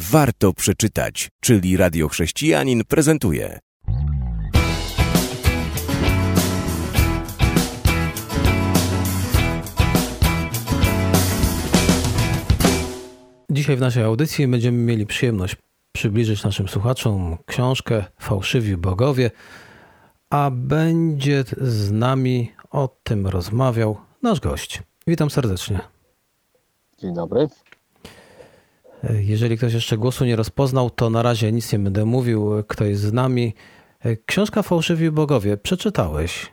warto przeczytać, czyli Radio Chrześcijanin prezentuje. Dzisiaj w naszej audycji będziemy mieli przyjemność przybliżyć naszym słuchaczom książkę Fałszywi Bogowie, a będzie z nami o tym rozmawiał nasz gość. Witam serdecznie. Dzień dobry. Jeżeli ktoś jeszcze głosu nie rozpoznał, to na razie nic nie będę mówił, kto jest z nami. Książka Fałszywi Bogowie przeczytałeś.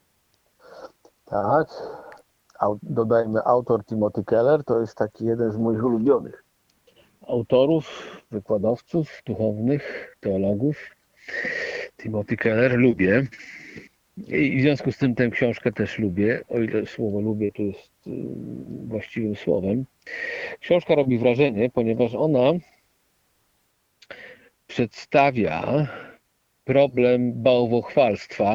Tak. Dodajmy, autor Timothy Keller to jest taki jeden z moich ulubionych autorów, wykładowców duchownych, teologów. Timothy Keller lubię i w związku z tym tę książkę też lubię, o ile słowo lubię tu jest właściwym słowem. Książka robi wrażenie, ponieważ ona przedstawia problem bałwochwalstwa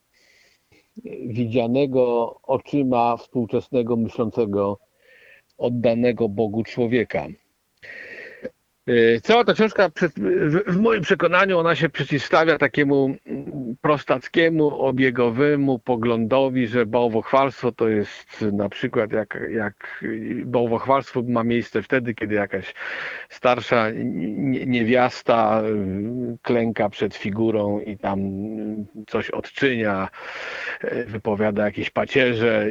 widzianego oczyma współczesnego, myślącego, oddanego Bogu człowieka. Cała ta książka, w moim przekonaniu, ona się przeciwstawia takiemu prostackiemu, obiegowemu poglądowi, że bałwochwalstwo to jest na przykład jak bałwochwalstwo ma miejsce wtedy, kiedy jakaś starsza niewiasta klęka przed figurą i tam coś odczynia, wypowiada jakieś pacierze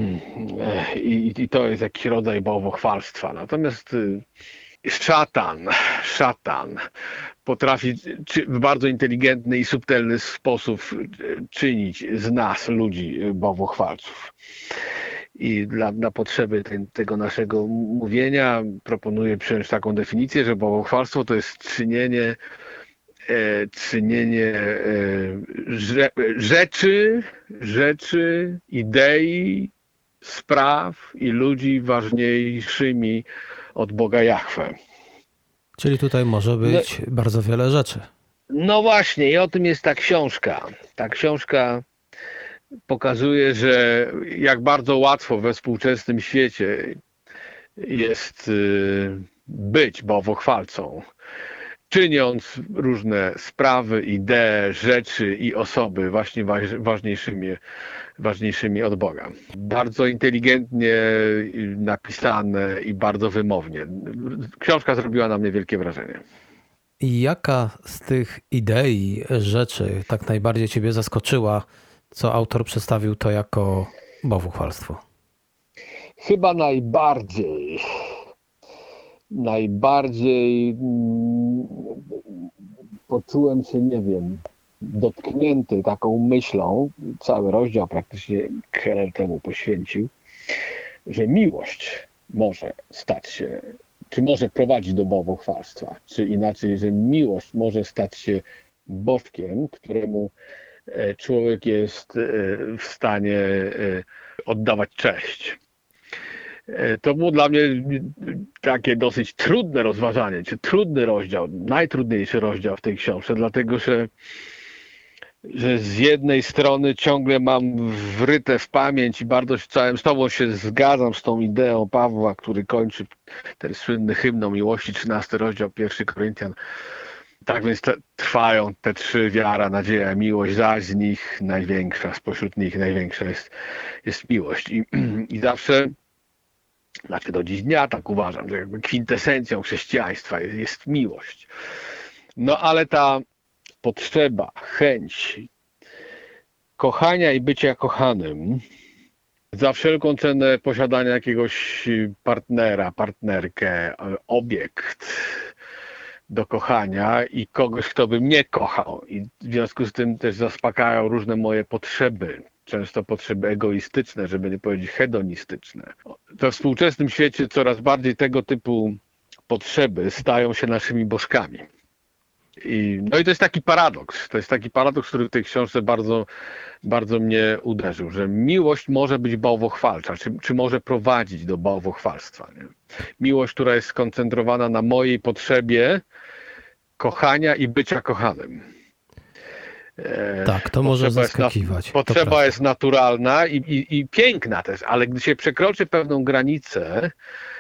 i to jest jakiś rodzaj bałwochwalstwa. Natomiast szatan potrafi w bardzo inteligentny i subtelny sposób czynić z nas, ludzi, bałwochwalców. I na potrzeby tego naszego mówienia proponuję przyjąć taką definicję, że bałwochwalstwo to jest czynienie rzeczy, idei, spraw i ludzi ważniejszymi od Boga Jahwe. Czyli tutaj może być bardzo wiele rzeczy. No właśnie, i o tym jest ta książka. Ta książka pokazuje, że jak bardzo łatwo we współczesnym świecie jest być bałwochwalcą, czyniąc różne sprawy, idee, rzeczy i osoby właśnie ważniejszymi od Boga. Bardzo inteligentnie napisane i bardzo wymownie. Książka zrobiła na mnie wielkie wrażenie. I jaka z tych idei, rzeczy tak najbardziej ciebie zaskoczyła, co autor przedstawił to jako bałwochwalstwo? Chyba najbardziej poczułem się, nie wiem, dotknięty taką myślą, cały rozdział praktycznie Keller temu poświęcił, że miłość może stać się, czy może prowadzić do bałwochwalstwa, czy inaczej, że miłość może stać się bożkiem, któremu człowiek jest w stanie oddawać cześć. To było dla mnie takie dosyć trudne rozważanie, czy trudny rozdział, najtrudniejszy rozdział w tej książce, dlatego że z jednej strony ciągle mam wryte w pamięć i bardzo całym z tobą się zgadzam z tą ideą Pawła, który kończy ten słynny hymn o miłości, 13 rozdział, 1 Koryntian. Tak więc trwają te trzy: wiara, nadzieja, miłość, zaś z nich największa, spośród nich największa jest miłość. I zawsze, znaczy do dziś dnia tak uważam, że jakby kwintesencją chrześcijaństwa jest miłość. No ale ta potrzeba, chęć kochania i bycia kochanym, za wszelką cenę posiadania jakiegoś partnera, partnerkę, obiekt do kochania i kogoś, kto by mnie kochał. I w związku z tym też zaspokajają różne moje potrzeby, często potrzeby egoistyczne, żeby nie powiedzieć hedonistyczne. We współczesnym świecie coraz bardziej tego typu potrzeby stają się naszymi bożkami. No i to jest taki paradoks. To jest taki paradoks, który w tej książce bardzo, bardzo mnie uderzył, że miłość może być bałwochwalcza, czy może prowadzić do bałwochwalstwa. Nie? Miłość, która jest skoncentrowana na mojej potrzebie kochania i bycia kochanym. Tak, to może zaskakiwać. Potrzeba jest naturalna i piękna też, ale gdy się przekroczy pewną granicę,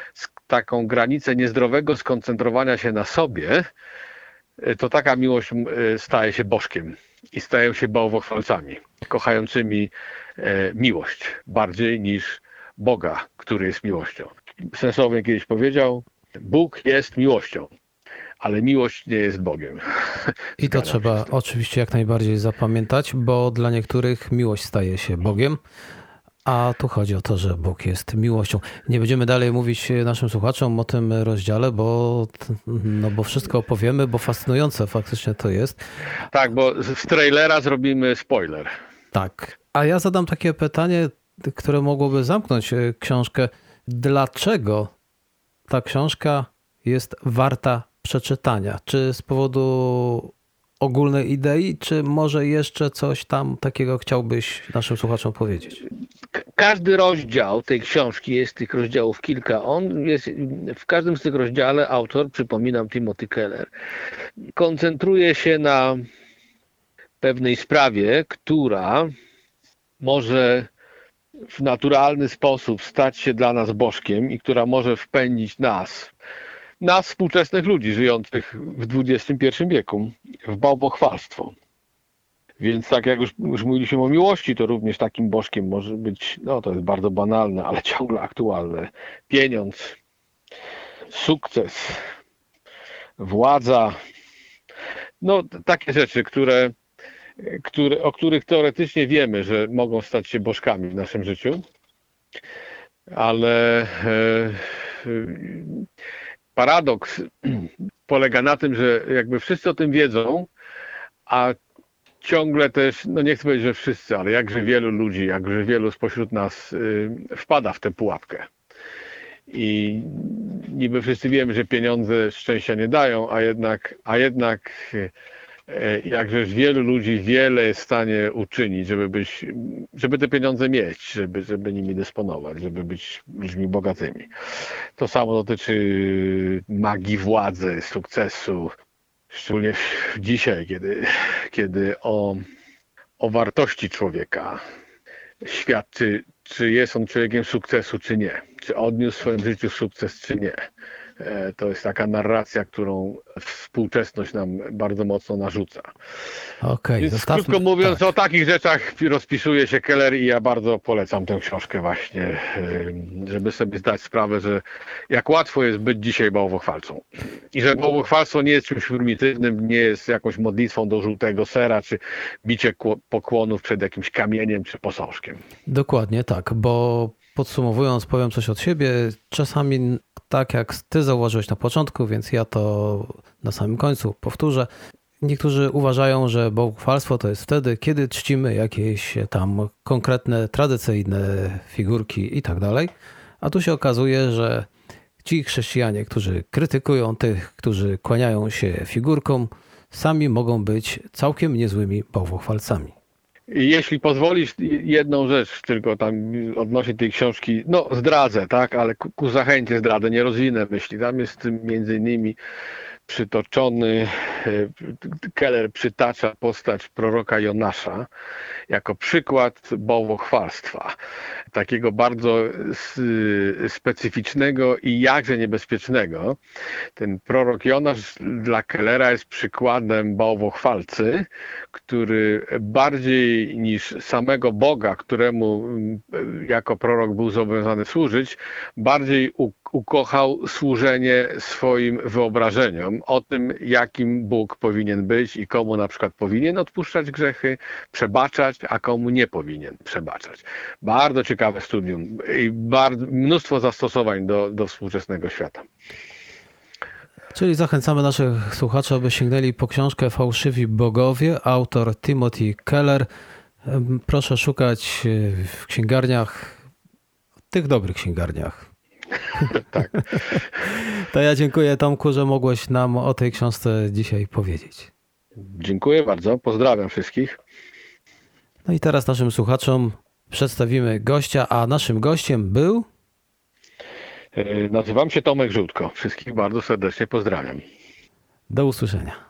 taką granicę niezdrowego skoncentrowania się na sobie, to taka miłość staje się bożkiem i stają się bałwochwalcami, kochającymi miłość bardziej niż Boga, który jest miłością. Sensownie kiedyś powiedział, Bóg jest miłością, ale miłość nie jest Bogiem. I to trzeba oczywiście jak najbardziej zapamiętać, bo dla niektórych miłość staje się Bogiem, a tu chodzi o to, że Bóg jest miłością. Nie będziemy dalej mówić naszym słuchaczom o tym rozdziale, bo wszystko opowiemy, bo fascynujące faktycznie to jest. Tak, bo z trailera zrobimy spoiler. Tak. A ja zadam takie pytanie, które mogłoby zamknąć książkę. Dlaczego ta książka jest warta przeczytania? Czy z powodu ogólnej idei, czy może jeszcze coś tam takiego chciałbyś naszym słuchaczom powiedzieć? Każdy rozdział tej książki, jest tych rozdziałów kilka, w każdym z tych rozdziałów autor, przypominam, Timothy Keller, koncentruje się na pewnej sprawie, która może w naturalny sposób stać się dla nas bożkiem i która może wpędzić nas współczesnych ludzi żyjących w XXI wieku, w bałwochwalstwo. Więc tak jak już mówiliśmy o miłości, to również takim bożkiem może być, to jest bardzo banalne, ale ciągle aktualne, pieniądz, sukces, władza, takie rzeczy, o których teoretycznie wiemy, że mogą stać się bożkami w naszym życiu, ale paradoks polega na tym, że jakby wszyscy o tym wiedzą, a ciągle też, nie chcę powiedzieć, że wszyscy, ale jakże wielu ludzi, jakże wielu spośród nas wpada w tę pułapkę. I niby wszyscy wiemy, że pieniądze szczęścia nie dają, a jednak jakże wielu ludzi wiele jest w stanie uczynić, żeby te pieniądze mieć, żeby nimi dysponować, żeby być ludźmi bogatymi. To samo dotyczy magii władzy, sukcesu, szczególnie dzisiaj, kiedy o wartości człowieka świadczy, czy jest on człowiekiem sukcesu, czy nie. Czy odniósł w swoim życiu sukces, czy nie. To jest taka narracja, którą współczesność nam bardzo mocno narzuca. Więc krótko mówiąc, o takich rzeczach rozpisuje się Keller i ja bardzo polecam tę książkę właśnie, żeby sobie zdać sprawę, że jak łatwo jest być dzisiaj bałwochwalcą. I że bałwochwalstwo nie jest czymś prymitywnym, nie jest jakąś modlitwą do żółtego sera, czy bicie pokłonów przed jakimś kamieniem, czy posążkiem. Dokładnie tak, bo podsumowując, powiem coś od siebie. Czasami, tak jak ty zauważyłeś na początku, więc ja to na samym końcu powtórzę. Niektórzy uważają, że bałwochwalstwo to jest wtedy, kiedy czcimy jakieś tam konkretne, tradycyjne figurki i tak dalej. A tu się okazuje, że ci chrześcijanie, którzy krytykują tych, którzy kłaniają się figurkom, sami mogą być całkiem niezłymi bałwochwalcami. Jeśli pozwolisz, jedną rzecz tylko tam odnośnie tej książki, zdradzę, tak, ale ku zachęcie zdradzę, nie rozwinę myśli. Tam jest między innymi przytoczony, Keller przytacza postać proroka Jonasza jako przykład bałwochwalstwa. Takiego bardzo specyficznego i jakże niebezpiecznego. Ten prorok Jonasz dla Kellera jest przykładem bałwochwalcy, który bardziej niż samego Boga, któremu jako prorok był zobowiązany służyć, bardziej ukochał służenie swoim wyobrażeniom o tym, jakim Bóg powinien być i komu na przykład powinien odpuszczać grzechy, przebaczać, a komu nie powinien przebaczać. Bardzo ciekawe studium i mnóstwo zastosowań do współczesnego świata. Czyli zachęcamy naszych słuchaczy, aby sięgnęli po książkę Fałszywi Bogowie, autor Timothy Keller. Proszę szukać w księgarniach, tych dobrych księgarniach. Tak. To ja dziękuję, Tomku, że mogłeś nam o tej książce dzisiaj powiedzieć. Dziękuję bardzo, pozdrawiam wszystkich. No i teraz naszym słuchaczom przedstawimy gościa, a naszym gościem był... Nazywam się Tomek Żółtko. Wszystkich bardzo serdecznie pozdrawiam. Do usłyszenia.